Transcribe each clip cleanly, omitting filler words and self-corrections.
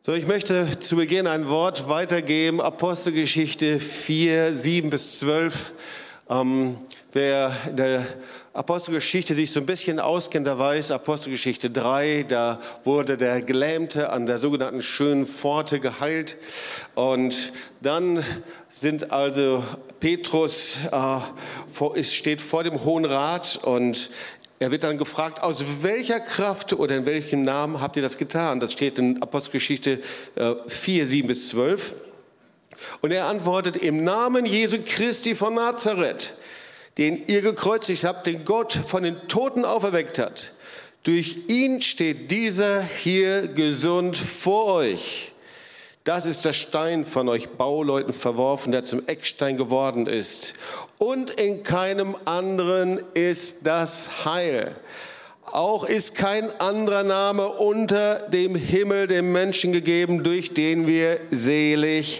So, ich möchte zu Beginn ein Wort weitergeben, Apostelgeschichte 4, 7 bis 12. Wer in der Apostelgeschichte sich so ein bisschen auskennt, der weiß, Apostelgeschichte 3, da wurde der Gelähmte an der sogenannten Schönen Pforte geheilt. Und dann sind also Petrus steht vor dem Hohen Rat und er wird dann gefragt, aus welcher Kraft oder in welchem Namen habt ihr das getan? Das steht in Apostelgeschichte 4, 7 bis 12. Und er antwortet, im Namen Jesu Christi von Nazareth, den ihr gekreuzigt habt, den Gott von den Toten auferweckt hat. Durch ihn steht dieser hier gesund vor euch. Das ist der Stein von euch Bauleuten verworfen, der zum Eckstein geworden ist. Und in keinem anderen ist das Heil. Auch ist kein anderer Name unter dem Himmel dem Menschen gegeben, durch den wir selig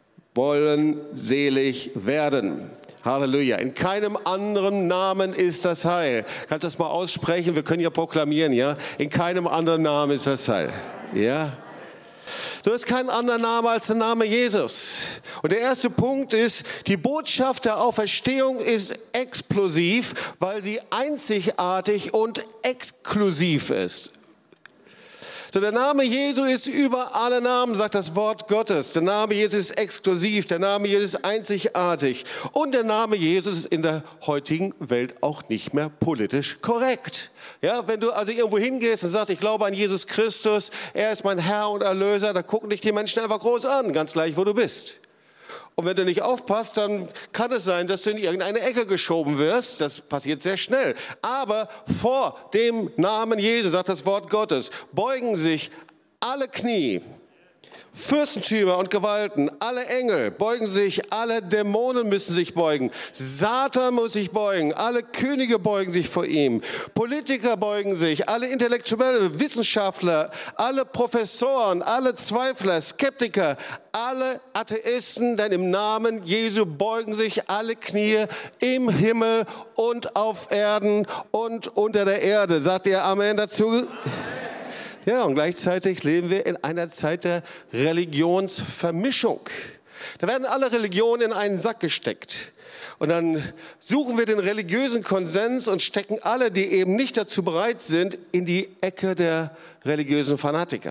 werden. Halleluja. In keinem anderen Namen ist das Heil. Kannst du das mal aussprechen? Wir können ja proklamieren, ja? In keinem anderen Namen ist das Heil. Ja? So ist kein anderer Name als der Name Jesus. Und der erste Punkt ist, die Botschaft der Auferstehung ist explosiv, weil sie einzigartig und exklusiv ist. So, der Name Jesu ist über alle Namen, sagt das Wort Gottes. Der Name Jesus ist exklusiv, der Name Jesus ist einzigartig. Und der Name Jesus ist in der heutigen Welt auch nicht mehr politisch korrekt. Ja, wenn du also irgendwo hingehst und sagst, ich glaube an Jesus Christus, er ist mein Herr und Erlöser, da gucken dich die Menschen einfach groß an, ganz gleich, wo du bist. Und wenn du nicht aufpasst, dann kann es sein, dass du in irgendeine Ecke geschoben wirst. Das passiert sehr schnell. Aber vor dem Namen Jesus, sagt das Wort Gottes, beugen sich alle Knie. Fürstentümer und Gewalten, alle Engel beugen sich, alle Dämonen müssen sich beugen, Satan muss sich beugen, alle Könige beugen sich vor ihm, Politiker beugen sich, alle Intellektuelle, Wissenschaftler, alle Professoren, alle Zweifler, Skeptiker, alle Atheisten, denn im Namen Jesu beugen sich alle Knie im Himmel und auf Erden und unter der Erde. Sagt ihr Amen dazu? Amen. Ja, und gleichzeitig leben wir in einer Zeit der Religionsvermischung. Da werden alle Religionen in einen Sack gesteckt. Und dann suchen wir den religiösen Konsens und stecken alle, die eben nicht dazu bereit sind, in die Ecke der religiösen Fanatiker.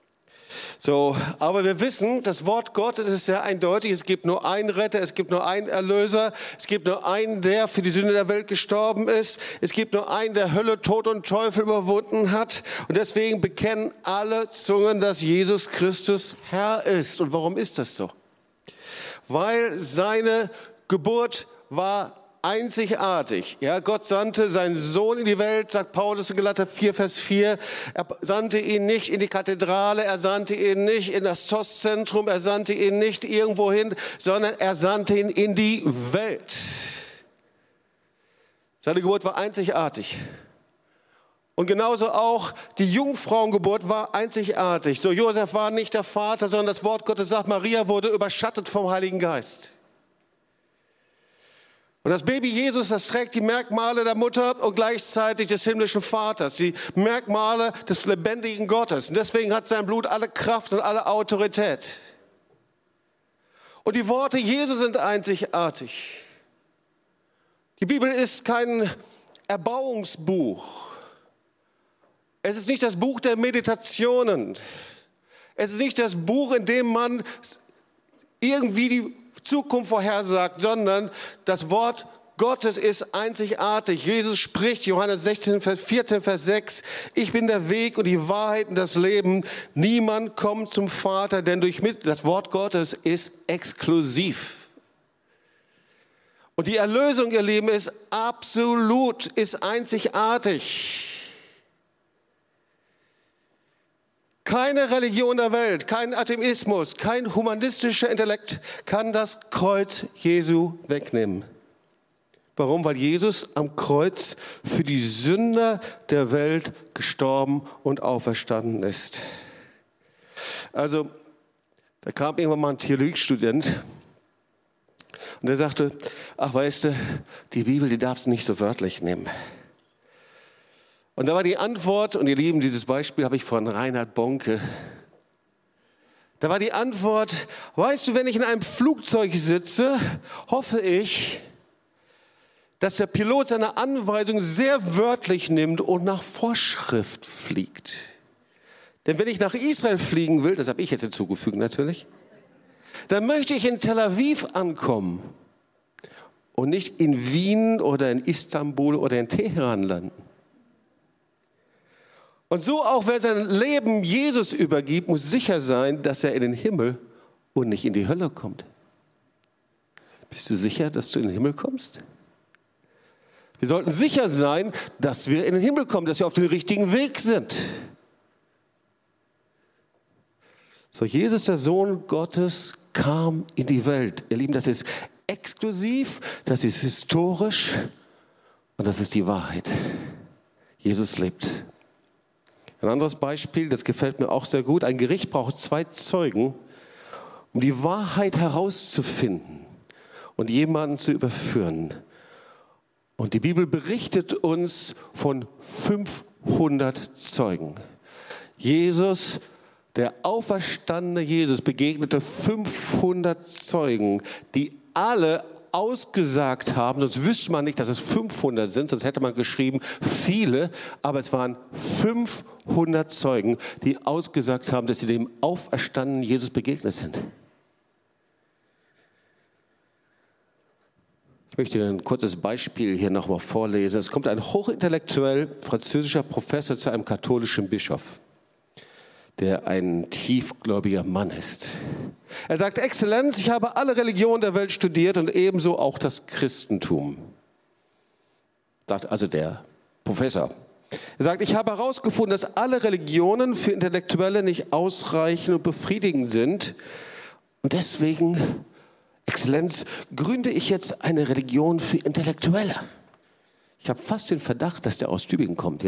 So, aber wir wissen, das Wort Gottes ist sehr eindeutig. Es gibt nur einen Retter, es gibt nur einen Erlöser, es gibt nur einen, der für die Sünde der Welt gestorben ist. Es gibt nur einen, der Hölle, Tod und Teufel überwunden hat. Und deswegen bekennen alle Zungen, dass Jesus Christus Herr ist. Und warum ist das so? Weil seine Geburt war einzigartig. Ja, Gott sandte seinen Sohn in die Welt, sagt Paulus in Galater 4, Vers 4. Er sandte ihn nicht in die Kathedrale, er sandte ihn nicht in das TOS-Zentrum, er sandte ihn nicht irgendwo hin, sondern er sandte ihn in die Welt. Seine Geburt war einzigartig. Und genauso auch die Jungfrauengeburt war einzigartig. So, Josef war nicht der Vater, sondern das Wort Gottes sagt, Maria wurde überschattet vom Heiligen Geist. Und das Baby Jesus, das trägt die Merkmale der Mutter und gleichzeitig des himmlischen Vaters, die Merkmale des lebendigen Gottes. Und deswegen hat sein Blut alle Kraft und alle Autorität. Und die Worte Jesu sind einzigartig. Die Bibel ist kein Erbauungsbuch. Es ist nicht das Buch der Meditationen. Es ist nicht das Buch, in dem man irgendwie die Zukunft vorhersagt, sondern das Wort Gottes ist einzigartig. Jesus spricht, Johannes 14, Vers 6, ich bin der Weg und die Wahrheit und das Leben. Niemand kommt zum Vater, denn durch mich, das Wort Gottes ist exklusiv. Und die Erlösung, ihr Lieben, ist absolut, ist einzigartig. Keine Religion der Welt, kein Atheismus, kein humanistischer Intellekt kann das Kreuz Jesu wegnehmen. Warum? Weil Jesus am Kreuz für die Sünder der Welt gestorben und auferstanden ist. Also, da kam irgendwann mal ein Theologiestudent und der sagte, ach weißt du, die Bibel, die darfst du nicht so wörtlich nehmen. Und da war die Antwort, und ihr Lieben, dieses Beispiel habe ich von Reinhard Bonke. Da war die Antwort, weißt du, wenn ich in einem Flugzeug sitze, hoffe ich, dass der Pilot seine Anweisung sehr wörtlich nimmt und nach Vorschrift fliegt. Denn wenn ich nach Israel fliegen will, das habe ich jetzt hinzugefügt natürlich, dann möchte ich in Tel Aviv ankommen und nicht in Wien oder in Istanbul oder in Teheran landen. Und so auch wer sein Leben Jesus übergibt, muss sicher sein, dass er in den Himmel und nicht in die Hölle kommt. Bist du sicher, dass du in den Himmel kommst? Wir sollten sicher sein, dass wir in den Himmel kommen, dass wir auf dem richtigen Weg sind. So, Jesus, der Sohn Gottes, kam in die Welt. Ihr Lieben, das ist exklusiv, das ist historisch und das ist die Wahrheit. Jesus lebt. Ein anderes Beispiel, das gefällt mir auch sehr gut. Ein Gericht braucht 2 Zeugen, um die Wahrheit herauszufinden und jemanden zu überführen. Und die Bibel berichtet uns von 500 Zeugen. Jesus, der auferstandene Jesus, begegnete 500 Zeugen, die alle ausgesagt haben, sonst wüsste man nicht, dass es 500 sind, sonst hätte man geschrieben, viele, aber es waren 500 Zeugen, die ausgesagt haben, dass sie dem auferstandenen Jesus begegnet sind. Ich möchte ein kurzes Beispiel hier nochmal vorlesen. Es kommt ein hochintellektuell französischer Professor zu einem katholischen Bischof, der ein tiefgläubiger Mann ist. Er sagt, Exzellenz, ich habe alle Religionen der Welt studiert und ebenso auch das Christentum. Sagt also der Professor. Er sagt, ich habe herausgefunden, dass alle Religionen für Intellektuelle nicht ausreichend und befriedigend sind. Und deswegen, Exzellenz, gründe ich jetzt eine Religion für Intellektuelle. Ich habe fast den Verdacht, dass der aus Tübingen kommt.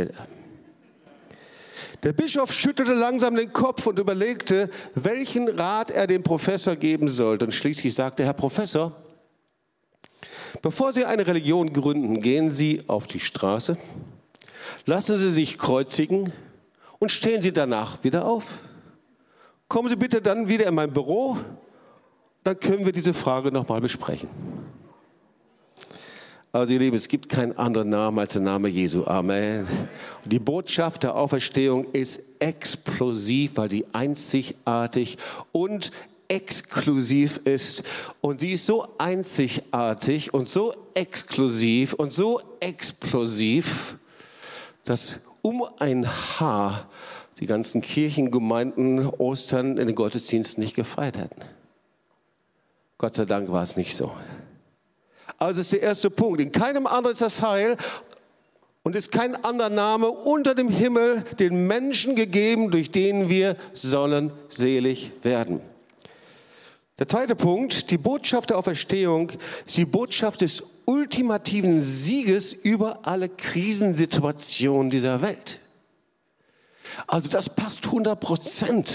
Der Bischof schüttelte langsam den Kopf und überlegte, welchen Rat er dem Professor geben sollte. Und schließlich sagte, Herr Professor, bevor Sie eine Religion gründen, gehen Sie auf die Straße, lassen Sie sich kreuzigen und stehen Sie danach wieder auf. Kommen Sie bitte dann wieder in mein Büro, dann können wir diese Frage nochmal besprechen. Also ihr Lieben, es gibt keinen anderen Namen als der Name Jesu. Amen. Und die Botschaft der Auferstehung ist explosiv, weil sie einzigartig und exklusiv ist. Und sie ist so einzigartig und so exklusiv und so explosiv, dass um ein Haar die ganzen Kirchengemeinden Ostern in den Gottesdiensten nicht gefeiert hätten. Gott sei Dank war es nicht so. Also ist der erste Punkt. In keinem anderen ist das Heil und ist kein anderer Name unter dem Himmel den Menschen gegeben, durch den wir sollen selig werden. Der zweite Punkt, die Botschaft der Auferstehung, ist die Botschaft des ultimativen Sieges über alle Krisensituationen dieser Welt. Also das passt 100%.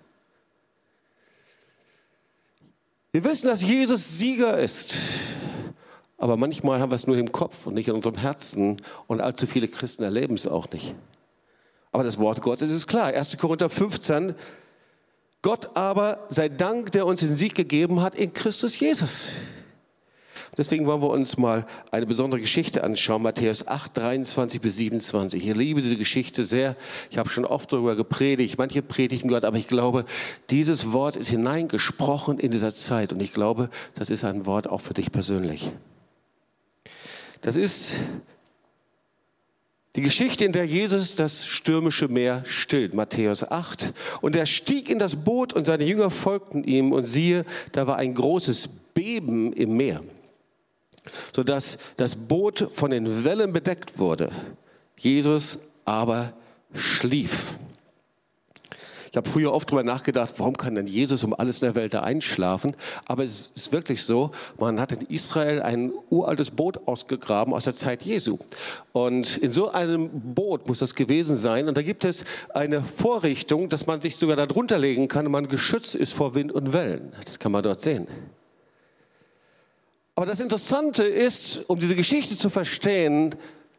Wir wissen, dass Jesus Sieger ist. Aber manchmal haben wir es nur im Kopf und nicht in unserem Herzen. Und allzu viele Christen erleben es auch nicht. Aber das Wort Gottes ist klar. 1. Korinther 15. Gott aber sei Dank, der uns den Sieg gegeben hat in Christus Jesus. Deswegen wollen wir uns mal eine besondere Geschichte anschauen. Matthäus 8, 23 bis 27. Ich liebe diese Geschichte sehr. Ich habe schon oft darüber gepredigt, manche Predigten gehört, aber ich glaube, dieses Wort ist hineingesprochen in dieser Zeit. Und ich glaube, das ist ein Wort auch für dich persönlich. Das ist die Geschichte, in der Jesus das stürmische Meer stillt, Matthäus 8. Und er stieg in das Boot und seine Jünger folgten ihm. Und siehe, da war ein großes Beben im Meer, sodass das Boot von den Wellen bedeckt wurde. Jesus aber schlief. Ich habe früher oft darüber nachgedacht, warum kann denn Jesus um alles in der Welt da einschlafen? Aber es ist wirklich so, man hat in Israel ein uraltes Boot ausgegraben aus der Zeit Jesu. Und in so einem Boot muss das gewesen sein. Und da gibt es eine Vorrichtung, dass man sich sogar da drunter legen kann und man geschützt ist vor Wind und Wellen. Das kann man dort sehen. Aber das Interessante ist, um diese Geschichte zu verstehen,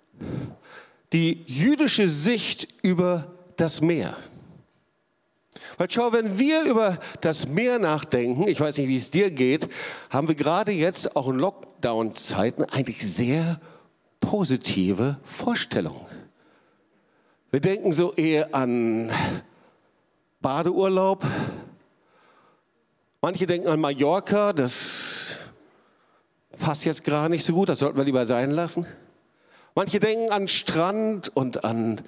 die jüdische Sicht über das Meer. Weil schau, wenn wir über das Meer nachdenken, ich weiß nicht, wie es dir geht, haben wir gerade jetzt auch in Lockdown-Zeiten eigentlich sehr positive Vorstellungen. Wir denken so eher an Badeurlaub. Manche denken an Mallorca, das passt jetzt gerade nicht so gut, das sollten wir lieber sein lassen. Manche denken an Strand und an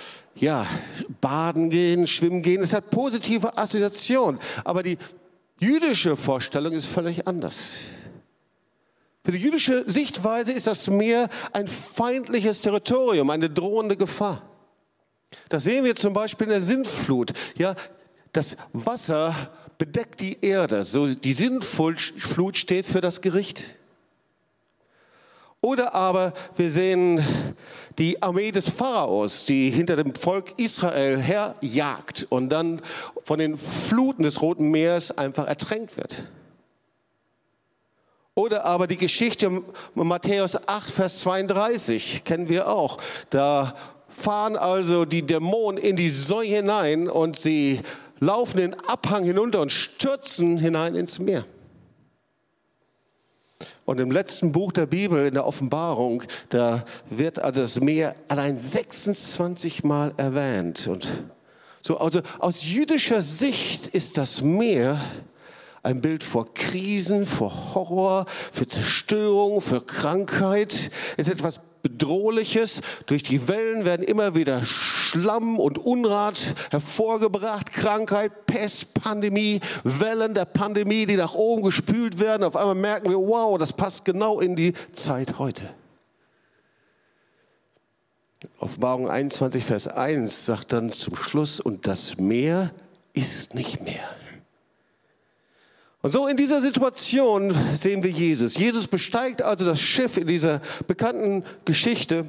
Baden gehen, Schwimmen gehen. Es hat positive Assoziationen, aber die jüdische Vorstellung ist völlig anders. Für die jüdische Sichtweise ist das Meer ein feindliches Territorium, eine drohende Gefahr. Das sehen wir zum Beispiel in der Sintflut. Ja, das Wasser bedeckt die Erde. So, die Sintflut steht für das Gericht. Oder aber wir sehen die Armee des Pharaos, die hinter dem Volk Israel herjagt und dann von den Fluten des Roten Meeres einfach ertränkt wird. Oder aber die Geschichte Matthäus 8, Vers 32 kennen wir auch. Da fahren also die Dämonen in die Säue hinein und sie laufen den Abhang hinunter und stürzen hinein ins Meer. Und im letzten Buch der Bibel, in der Offenbarung, da wird also das Meer allein 26 Mal erwähnt. Und so, also aus jüdischer Sicht ist das Meer ein Bild vor Krisen, vor Horror, für Zerstörung, für Krankheit. Es ist etwas Bedrohliches. Durch die Wellen werden immer wieder Schlamm und Unrat hervorgebracht. Krankheit, Pest, Pandemie, Wellen der Pandemie, die nach oben gespült werden. Auf einmal merken wir, wow, das passt genau in die Zeit heute. Offenbarung 21, Vers 1 sagt dann zum Schluss, und das Meer ist nicht mehr. Und so in dieser Situation sehen wir Jesus. Jesus besteigt also das Schiff in dieser bekannten Geschichte.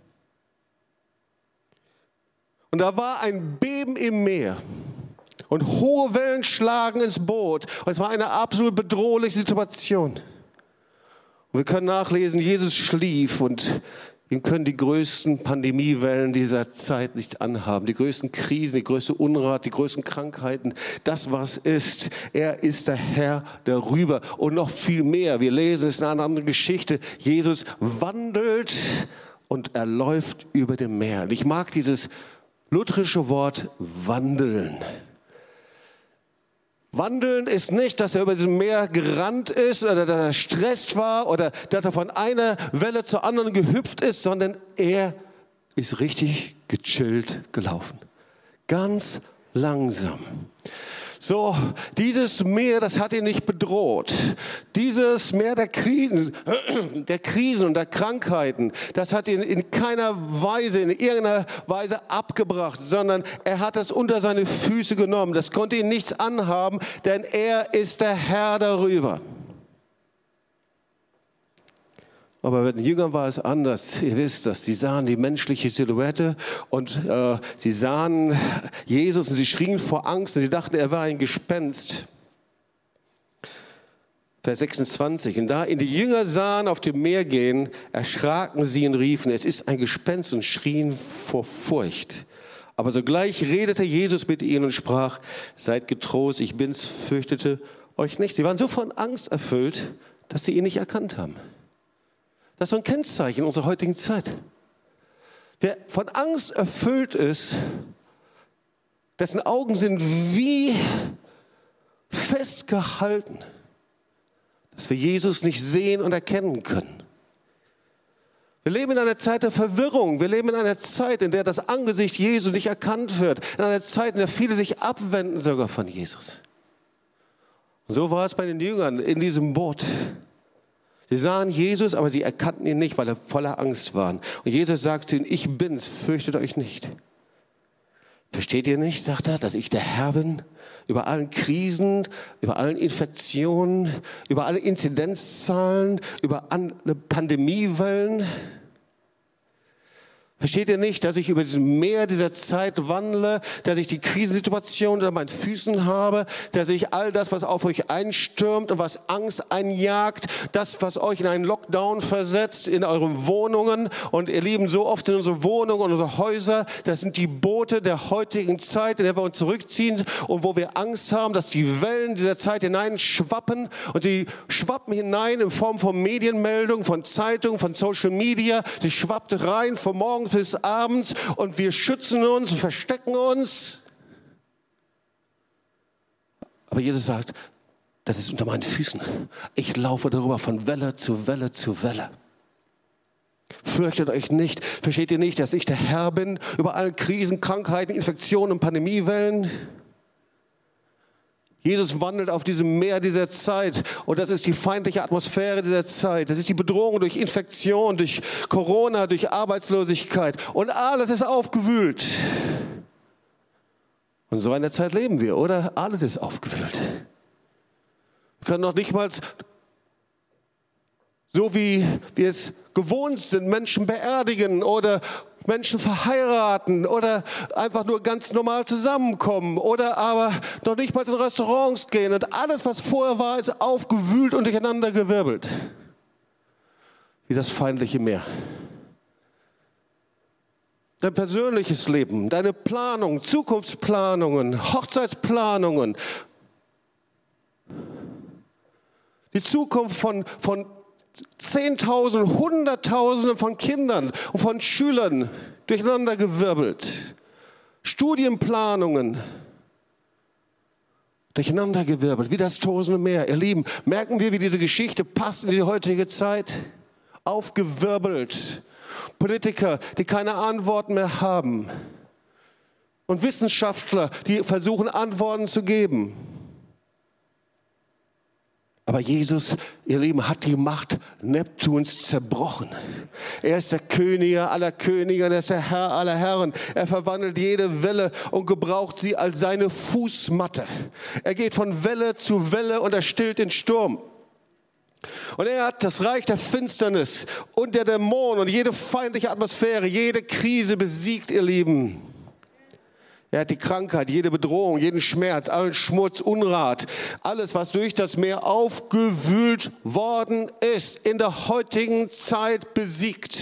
Und da war ein Beben im Meer. Und hohe Wellen schlagen ins Boot. Und es war eine absolut bedrohliche Situation. Und wir können nachlesen, Jesus schlief und ihm können die größten Pandemiewellen dieser Zeit nichts anhaben. Die größten Krisen, die größte Unrat, die größten Krankheiten. Das, was ist. Er ist der Herr darüber. Und noch viel mehr. Wir lesen es in einer anderen Geschichte. Jesus wandelt und er läuft über dem Meer. Und ich mag dieses lutherische Wort wandeln. Wandeln ist nicht, dass er über diesem Meer gerannt ist oder dass er gestresst war oder dass er von einer Welle zur anderen gehüpft ist, sondern er ist richtig gechillt gelaufen. Ganz langsam. So, dieses Meer, das hat ihn nicht bedroht. Dieses Meer der Krisen und der Krankheiten, das hat ihn in keiner Weise, in irgendeiner Weise abgebracht, sondern er hat es unter seine Füße genommen. Das konnte ihn nichts anhaben, denn er ist der Herr darüber. Aber bei den Jüngern war es anders. Ihr wisst das. Sie sahen die menschliche Silhouette und sie sahen Jesus und sie schrien vor Angst und sie dachten, er war ein Gespenst. Vers 26. Und da ihn die Jünger sahen auf dem Meer gehen, erschraken sie und riefen, es ist ein Gespenst, und schrien vor Furcht. Aber sogleich redete Jesus mit ihnen und sprach, seid getrost, ich bin's, fürchtete euch nicht. Sie waren so von Angst erfüllt, dass sie ihn nicht erkannt haben. Das ist so ein Kennzeichen unserer heutigen Zeit. Wer von Angst erfüllt ist, dessen Augen sind wie festgehalten, dass wir Jesus nicht sehen und erkennen können. Wir leben in einer Zeit der Verwirrung. Wir leben in einer Zeit, in der das Angesicht Jesu nicht erkannt wird. In einer Zeit, in der viele sich abwenden sogar von Jesus. Und so war es bei den Jüngern in diesem Boot. Sie sahen Jesus, aber sie erkannten ihn nicht, weil er voller Angst waren. Und Jesus sagt zu ihnen, ich bin's, fürchtet euch nicht. Versteht ihr nicht, sagt er, dass ich der Herr bin? Über allen Krisen, über allen Infektionen, über alle Inzidenzzahlen, über alle Pandemiewellen. Versteht ihr nicht, dass ich über das Meer dieser Zeit wandle, dass ich die Krisensituation unter meinen Füßen habe, dass ich all das, was auf euch einstürmt und was Angst einjagt, das, was euch in einen Lockdown versetzt, in euren Wohnungen und ihr Lieben, so oft in unsere Wohnungen und unsere Häuser, das sind die Boote der heutigen Zeit, in der wir uns zurückziehen und wo wir Angst haben, dass die Wellen dieser Zeit hineinschwappen und sie schwappen hinein in Form von Medienmeldungen, von Zeitungen, von Social Media, sie schwappt rein von morgens bis abends und wir schützen uns und verstecken uns. Aber Jesus sagt, das ist unter meinen Füßen. Ich laufe darüber von Welle zu Welle zu Welle. Fürchtet euch nicht. Versteht ihr nicht, dass ich der Herr bin über alle Krisen, Krankheiten, Infektionen und Pandemiewellen? Jesus wandelt auf diesem Meer dieser Zeit und das ist die feindliche Atmosphäre dieser Zeit. Das ist die Bedrohung durch Infektion, durch Corona, durch Arbeitslosigkeit und alles ist aufgewühlt. Und so in der Zeit leben wir, oder? Alles ist aufgewühlt. Wir können noch nicht mal, so wie wir es gewohnt sind, Menschen beerdigen oder Menschen verheiraten oder einfach nur ganz normal zusammenkommen oder aber noch nicht mal in Restaurants gehen. Und alles, was vorher war, ist aufgewühlt und durcheinandergewirbelt. Wie das feindliche Meer. Dein persönliches Leben, deine Planung, Zukunftsplanungen, Hochzeitsplanungen, die Zukunft von Zehntausenden, Hunderttausenden von Kindern und von Schülern durcheinandergewirbelt. Studienplanungen durcheinandergewirbelt, wie das tosende Meer. Ihr Lieben, merken wir, wie diese Geschichte passt in die heutige Zeit? Aufgewirbelt. Politiker, die keine Antworten mehr haben. Und Wissenschaftler, die versuchen, Antworten zu geben. Aber Jesus, ihr Lieben, hat die Macht Neptuns zerbrochen. Er ist der König aller Könige, er ist der Herr aller Herren. Er verwandelt jede Welle und gebraucht sie als seine Fußmatte. Er geht von Welle zu Welle und er stillt den Sturm. Und er hat das Reich der Finsternis und der Dämonen und jede feindliche Atmosphäre, jede Krise besiegt, ihr Lieben. Er hat die Krankheit, jede Bedrohung, jeden Schmerz, allen Schmutz, Unrat, alles, was durch das Meer aufgewühlt worden ist, in der heutigen Zeit besiegt.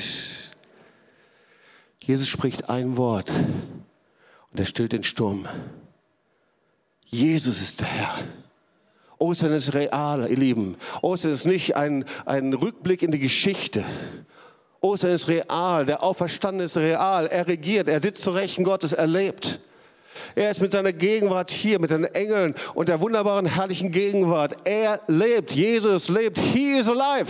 Jesus spricht ein Wort und er stillt den Sturm. Jesus ist der Herr. Ostern ist real, ihr Lieben. Ostern ist nicht ein Rückblick in die Geschichte. Ostern ist real, der Auferstandene ist real. Er regiert, er sitzt zu Rechten Gottes, er lebt. Er ist mit seiner Gegenwart hier, mit seinen Engeln und der wunderbaren, herrlichen Gegenwart. Er lebt, Jesus lebt, he is alive.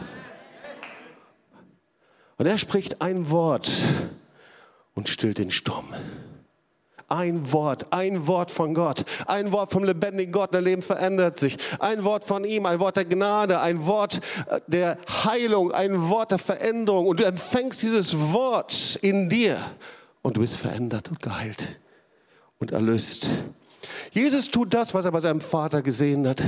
Und er spricht ein Wort und stillt den Sturm. Ein Wort von Gott, ein Wort vom lebendigen Gott, dein Leben verändert sich. Ein Wort von ihm, ein Wort der Gnade, ein Wort der Heilung, ein Wort der Veränderung. Und du empfängst dieses Wort in dir und du bist verändert und geheilt und erlöst. Jesus tut das, was er bei seinem Vater gesehen hat.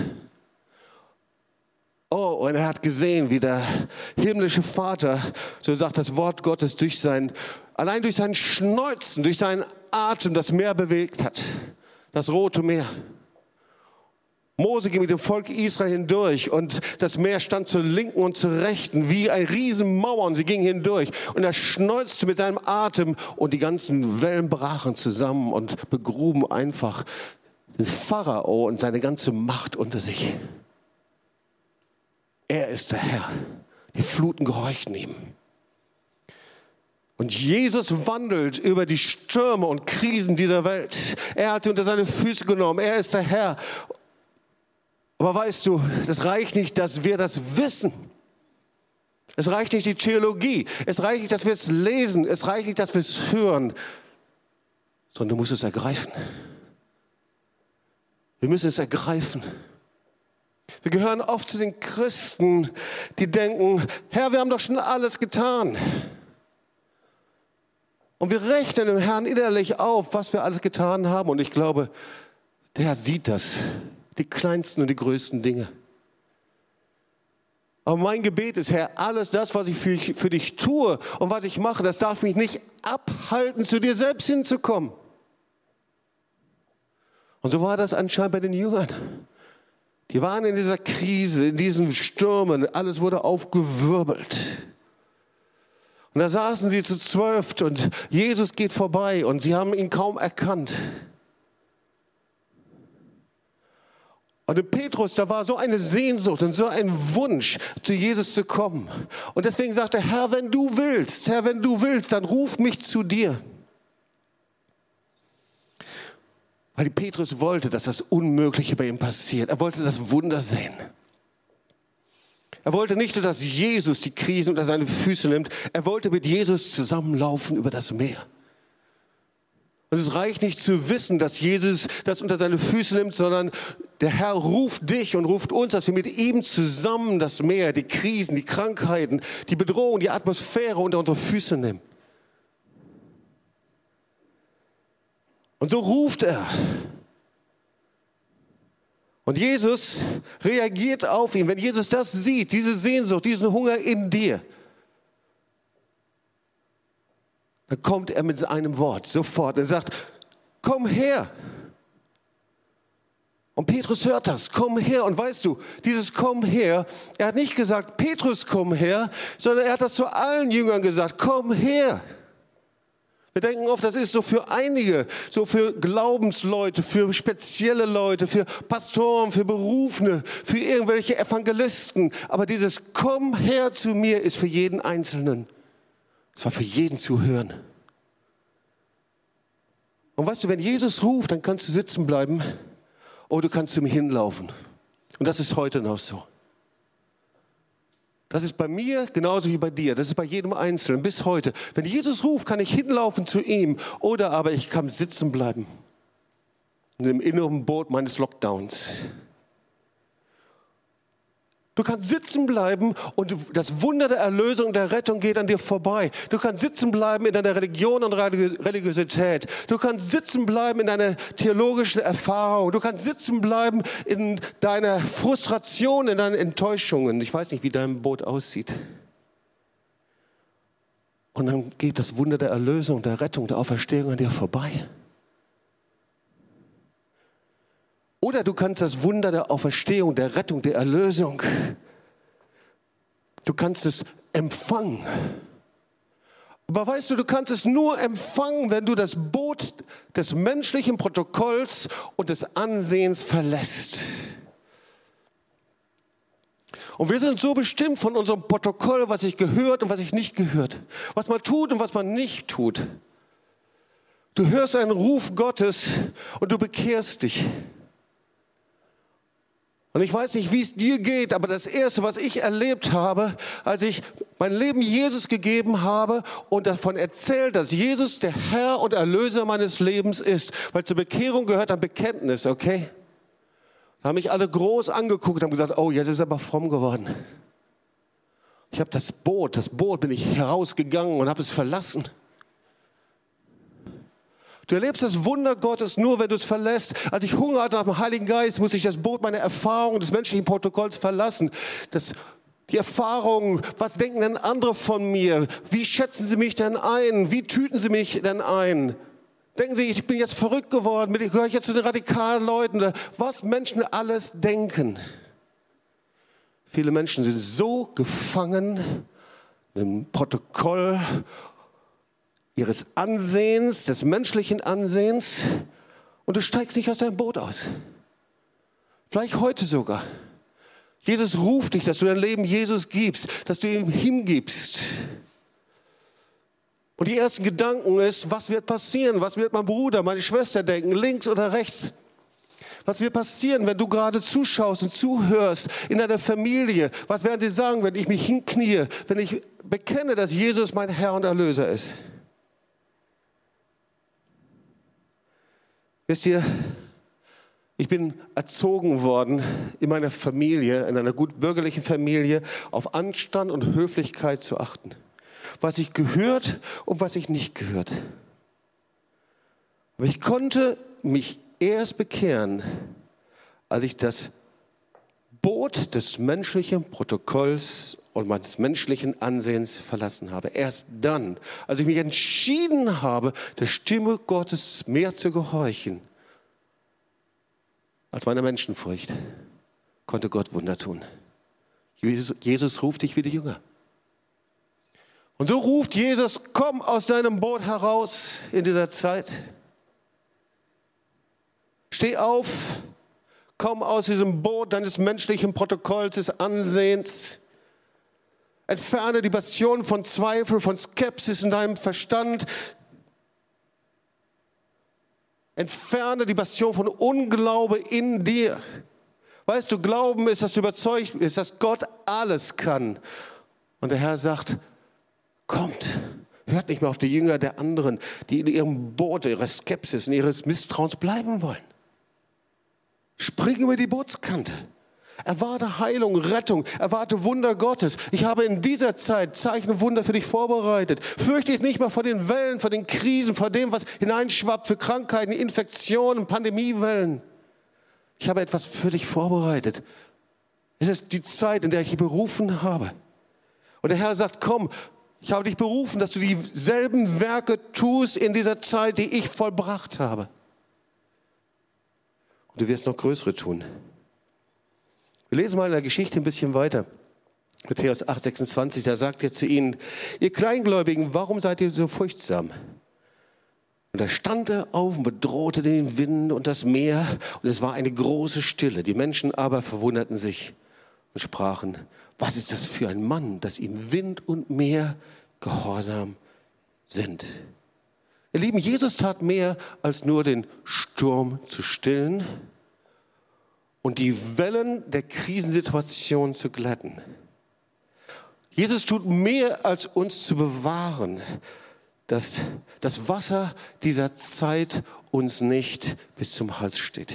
Oh, und er hat gesehen, wie der himmlische Vater, so sagt das Wort Gottes, allein durch sein Schneuzen, durch seinen Atem das Meer bewegt hat. Das Rote Meer. Mose ging mit dem Volk Israel hindurch und das Meer stand zur Linken und zur Rechten wie eine Riesenmauer und sie gingen hindurch. Und er schneuzte mit seinem Atem und die ganzen Wellen brachen zusammen und begruben einfach den Pharao und seine ganze Macht unter sich. Er ist der Herr. Die Fluten gehorchten ihm. Und Jesus wandelt über die Stürme und Krisen dieser Welt. Er hat sie unter seine Füße genommen. Er ist der Herr. Aber weißt du, das reicht nicht, dass wir das wissen. Es reicht nicht die Theologie. Es reicht nicht, dass wir es lesen. Es reicht nicht, dass wir es hören. Sondern du musst es ergreifen. Wir müssen es ergreifen. Wir gehören oft zu den Christen, die denken, Herr, wir haben doch schon alles getan. Und wir rechnen dem Herrn innerlich auf, was wir alles getan haben. Und ich glaube, der Herr sieht das. Die kleinsten und die größten Dinge. Aber mein Gebet ist, Herr, alles das, was ich für dich tue und was ich mache, das darf mich nicht abhalten, zu dir selbst hinzukommen. Und so war das anscheinend bei den Jüngern. Die waren in dieser Krise, in diesen Stürmen, alles wurde aufgewirbelt. Und da saßen sie zu 12 und Jesus geht vorbei und sie haben ihn kaum erkannt. Und in Petrus, da war so eine Sehnsucht und so ein Wunsch, zu Jesus zu kommen. Und deswegen sagte er, Herr, wenn du willst, dann ruf mich zu dir. Weil Petrus wollte, dass das Unmögliche bei ihm passiert. Er wollte das Wunder sehen. Er wollte nicht nur, dass Jesus die Krisen unter seine Füße nimmt. Er wollte mit Jesus zusammenlaufen über das Meer. Und es reicht nicht zu wissen, dass Jesus das unter seine Füße nimmt, sondern der Herr ruft dich und ruft uns, dass wir mit ihm zusammen das Meer, die Krisen, die Krankheiten, die Bedrohung, die Atmosphäre unter unsere Füße nehmen. Und so ruft er. Und Jesus reagiert auf ihn. Wenn Jesus das sieht, diese Sehnsucht, diesen Hunger in dir, dann kommt er mit einem Wort sofort. Er sagt, komm her. Und Petrus hört das, komm her. Und weißt du, dieses komm her, er hat nicht gesagt, Petrus, komm her, sondern er hat das zu allen Jüngern gesagt, komm her. Wir denken oft, das ist so für einige, so für Glaubensleute, für spezielle Leute, für Pastoren, für Berufene, für irgendwelche Evangelisten. Aber dieses komm her zu mir ist für jeden Einzelnen. Es war für jeden zu hören. Und weißt du, wenn Jesus ruft, dann kannst du sitzen bleiben oder du kannst zu ihm hinlaufen. Und das ist heute noch so. Das ist bei mir genauso wie bei dir. Das ist bei jedem Einzelnen bis heute. Wenn Jesus ruft, kann ich hinlaufen zu ihm oder aber ich kann sitzen bleiben in dem inneren Boot meines Lockdowns. Du kannst sitzen bleiben und das Wunder der Erlösung und der Rettung geht an dir vorbei. Du kannst sitzen bleiben in deiner Religion und Religiosität. Du kannst sitzen bleiben in deiner theologischen Erfahrung. Du kannst sitzen bleiben in deiner Frustration, in deinen Enttäuschungen. Ich weiß nicht, wie dein Boot aussieht. Und dann geht das Wunder der Erlösung, der Rettung, der Auferstehung an dir vorbei. Oder du kannst das Wunder der Auferstehung, der Rettung, der Erlösung, du kannst es empfangen. Aber weißt du, du kannst es nur empfangen, wenn du das Boot des menschlichen Protokolls und des Ansehens verlässt. Und wir sind so bestimmt von unserem Protokoll, was sich gehört und was sich nicht gehört. Was man tut und was man nicht tut. Du hörst einen Ruf Gottes und du bekehrst dich. Und ich weiß nicht, wie es dir geht, aber das Erste, was ich erlebt habe, als ich mein Leben Jesus gegeben habe und davon erzählt, dass Jesus der Herr und Erlöser meines Lebens ist, weil zur Bekehrung gehört ein Bekenntnis, okay? Da haben mich alle groß angeguckt und haben gesagt, oh, jetzt ist er aber fromm geworden. Ich habe das Boot bin ich herausgegangen und habe es verlassen. Du erlebst das Wunder Gottes nur, wenn du es verlässt. Als ich Hunger hatte nach dem Heiligen Geist, musste ich das Boot meiner Erfahrung des menschlichen Protokolls verlassen. Die Erfahrung, was denken denn andere von mir? Wie schätzen sie mich denn ein? Wie tüten sie mich denn ein? Denken sie, ich bin jetzt verrückt geworden, gehöre ich jetzt zu den radikalen Leuten? Was Menschen alles denken. Viele Menschen sind so gefangen im Protokoll ihres Ansehens, des menschlichen Ansehens, und du steigst nicht aus deinem Boot aus. Vielleicht heute sogar. Jesus ruft dich, dass du dein Leben Jesus gibst, dass du ihm hingibst. Und die ersten Gedanken ist, was wird passieren? Was wird mein Bruder, meine Schwester denken, links oder rechts? Was wird passieren, wenn du gerade zuschaust und zuhörst in deiner Familie? Was werden sie sagen, wenn ich mich hinknie, wenn ich bekenne, dass Jesus mein Herr und Erlöser ist? Wisst ihr, ich bin erzogen worden in meiner Familie, in einer gut bürgerlichen Familie, auf Anstand und Höflichkeit zu achten. Was ich gehört und was ich nicht gehört. Aber ich konnte mich erst bekehren, als ich das Boot des menschlichen Protokolls und meines menschlichen Ansehens verlassen habe. Erst dann, als ich mich entschieden habe, der Stimme Gottes mehr zu gehorchen, als meiner Menschenfurcht, konnte Gott Wunder tun. Jesus ruft dich wie die Jünger. Und so ruft Jesus, komm aus deinem Boot heraus in dieser Zeit. Steh auf, komm aus diesem Boot deines menschlichen Protokolls, des Ansehens. Entferne die Bastion von Zweifel, von Skepsis in deinem Verstand. Entferne die Bastion von Unglaube in dir. Weißt du, Glauben ist, dass du überzeugt bist, dass Gott alles kann. Und der Herr sagt, kommt, hört nicht mehr auf die Jünger der anderen, die in ihrem Boot, ihrer Skepsis, in ihres Misstrauens bleiben wollen. Spring über die Bootskante. Erwarte Heilung, Rettung, erwarte Wunder Gottes. Ich habe in dieser Zeit Zeichen und Wunder für dich vorbereitet. Fürchte dich nicht mehr vor den Wellen, vor den Krisen, vor dem, was hineinschwappt, für Krankheiten, Infektionen, Pandemiewellen. Ich habe etwas für dich vorbereitet. Es ist die Zeit, in der ich dich berufen habe. Und der Herr sagt, komm, ich habe dich berufen, dass du dieselben Werke tust in dieser Zeit, die ich vollbracht habe. Und du wirst noch größere tun. Wir lesen mal in der Geschichte ein bisschen weiter. Matthäus 8,26, da sagt er zu ihnen, ihr Kleingläubigen, warum seid ihr so furchtsam? Und da stand er auf und bedrohte den Wind und das Meer und es war eine große Stille. Die Menschen aber verwunderten sich und sprachen, was ist das für ein Mann, dass ihm Wind und Meer gehorsam sind? Ihr Lieben, Jesus tat mehr, als nur den Sturm zu stillen und die Wellen der Krisensituation zu glätten. Jesus tut mehr, als uns zu bewahren, dass das Wasser dieser Zeit uns nicht bis zum Hals steht.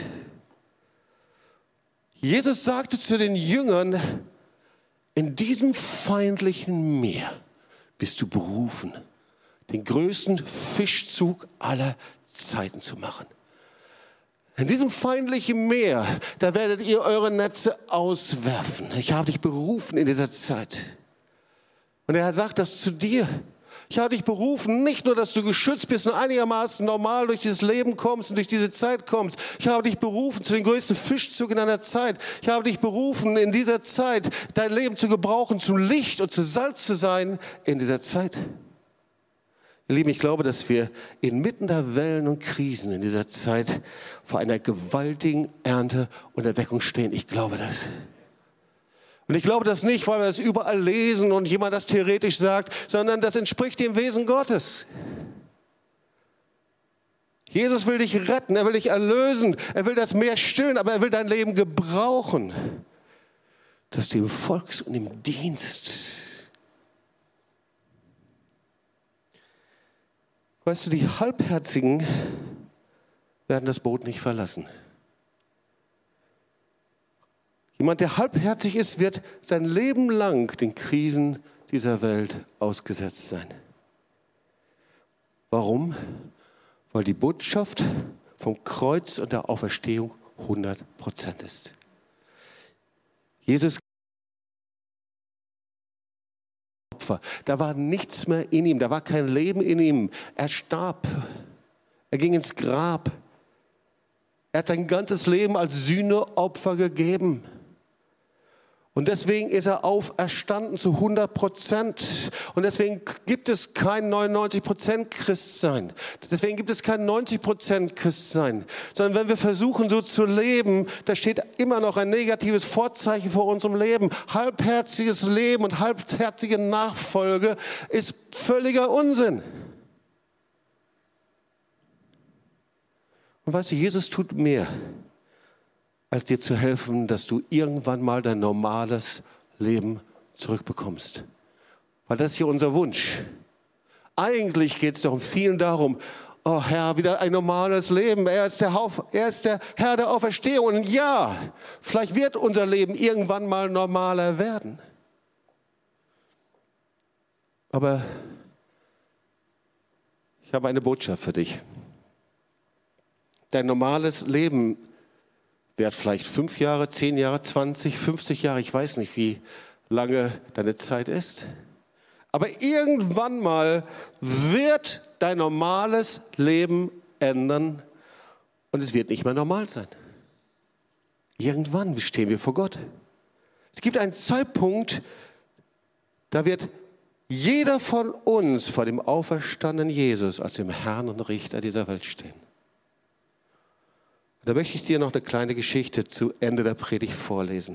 Jesus sagte zu den Jüngern, in diesem feindlichen Meer bist du berufen, den größten Fischzug aller Zeiten zu machen. In diesem feindlichen Meer, da werdet ihr eure Netze auswerfen. Ich habe dich berufen in dieser Zeit. Und er sagt das zu dir. Ich habe dich berufen, nicht nur, dass du geschützt bist und einigermaßen normal durch dieses Leben kommst und durch diese Zeit kommst. Ich habe dich berufen zu den größten Fischzug in deiner Zeit. Ich habe dich berufen, in dieser Zeit dein Leben zu gebrauchen, zum Licht und zu Salz zu sein in dieser Zeit. Ihr Lieben, ich glaube, dass wir inmitten der Wellen und Krisen in dieser Zeit vor einer gewaltigen Ernte und Erweckung stehen. Ich glaube das. Und ich glaube das nicht, weil wir das überall lesen und jemand das theoretisch sagt, sondern das entspricht dem Wesen Gottes. Jesus will dich retten, er will dich erlösen, er will das Meer stillen, aber er will dein Leben gebrauchen, dass du im Volks- und im Dienst. Weißt du, die Halbherzigen werden das Boot nicht verlassen. Jemand, der halbherzig ist, wird sein Leben lang den Krisen dieser Welt ausgesetzt sein. Warum? Weil die Botschaft vom Kreuz und der Auferstehung 100% ist. Jesus Opfer, da war nichts mehr in ihm, da war kein Leben in ihm. Er starb, er ging ins Grab. Er hat sein ganzes Leben als Sühneopfer gegeben. Und deswegen ist er auferstanden zu 100%. Und deswegen gibt es kein 99% Christsein. Deswegen gibt es kein 90% Christsein. Sondern wenn wir versuchen, so zu leben, da steht immer noch ein negatives Vorzeichen vor unserem Leben. Halbherziges Leben und halbherzige Nachfolge ist völliger Unsinn. Und weißt du, Jesus tut mehr, als dir zu helfen, dass du irgendwann mal dein normales Leben zurückbekommst. Weil das ist hier unser Wunsch. Eigentlich geht es doch vielen darum, oh Herr, wieder ein normales Leben. Er ist der Herr der Auferstehung. Und ja, vielleicht wird unser Leben irgendwann mal normaler werden. Aber ich habe eine Botschaft für dich. Dein normales Leben währt vielleicht 5 Jahre, 10 Jahre, 20, 50 Jahre, ich weiß nicht, wie lange deine Zeit ist. Aber irgendwann mal wird dein normales Leben ändern und es wird nicht mehr normal sein. Irgendwann stehen wir vor Gott. Es gibt einen Zeitpunkt, da wird jeder von uns vor dem auferstandenen Jesus als dem Herrn und Richter dieser Welt stehen. Da möchte ich dir noch eine kleine Geschichte zu Ende der Predigt vorlesen.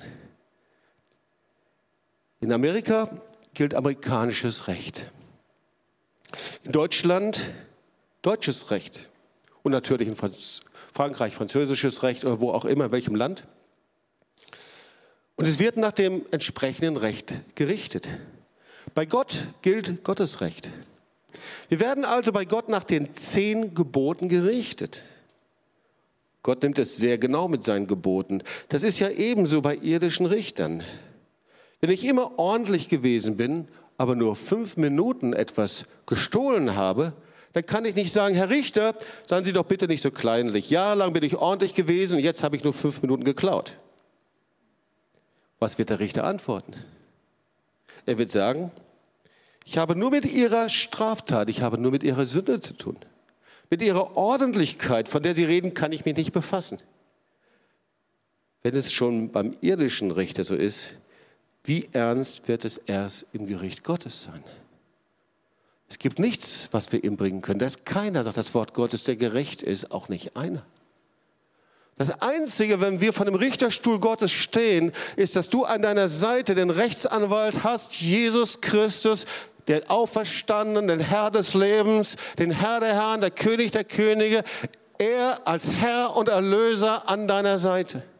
In Amerika gilt amerikanisches Recht. In Deutschland deutsches Recht. Und natürlich in Frankreich französisches Recht oder wo auch immer, in welchem Land. Und es wird nach dem entsprechenden Recht gerichtet. Bei Gott gilt Gottes Recht. Wir werden also bei Gott nach den 10 Geboten gerichtet. Gott nimmt es sehr genau mit seinen Geboten. Das ist ja ebenso bei irdischen Richtern. Wenn ich immer ordentlich gewesen bin, aber nur 5 Minuten etwas gestohlen habe, dann kann ich nicht sagen, Herr Richter, seien Sie doch bitte nicht so kleinlich. Jahrelang bin ich ordentlich gewesen und jetzt habe ich nur 5 Minuten geklaut. Was wird der Richter antworten? Er wird sagen, ich habe nur mit Ihrer Straftat, ich habe nur mit Ihrer Sünde zu tun. Mit Ihrer Ordentlichkeit, von der Sie reden, kann ich mich nicht befassen. Wenn es schon beim irdischen Richter so ist, wie ernst wird es erst im Gericht Gottes sein? Es gibt nichts, was wir ihm bringen können. Da ist keiner, sagt das Wort Gottes, der gerecht ist, auch nicht einer. Das Einzige, wenn wir vor dem Richterstuhl Gottes stehen, ist, dass du an deiner Seite den Rechtsanwalt hast, Jesus Christus, den Auferstandenen, den Herr des Lebens, den Herr der Herren, der König der Könige, er als Herr und Erlöser an deiner Seite.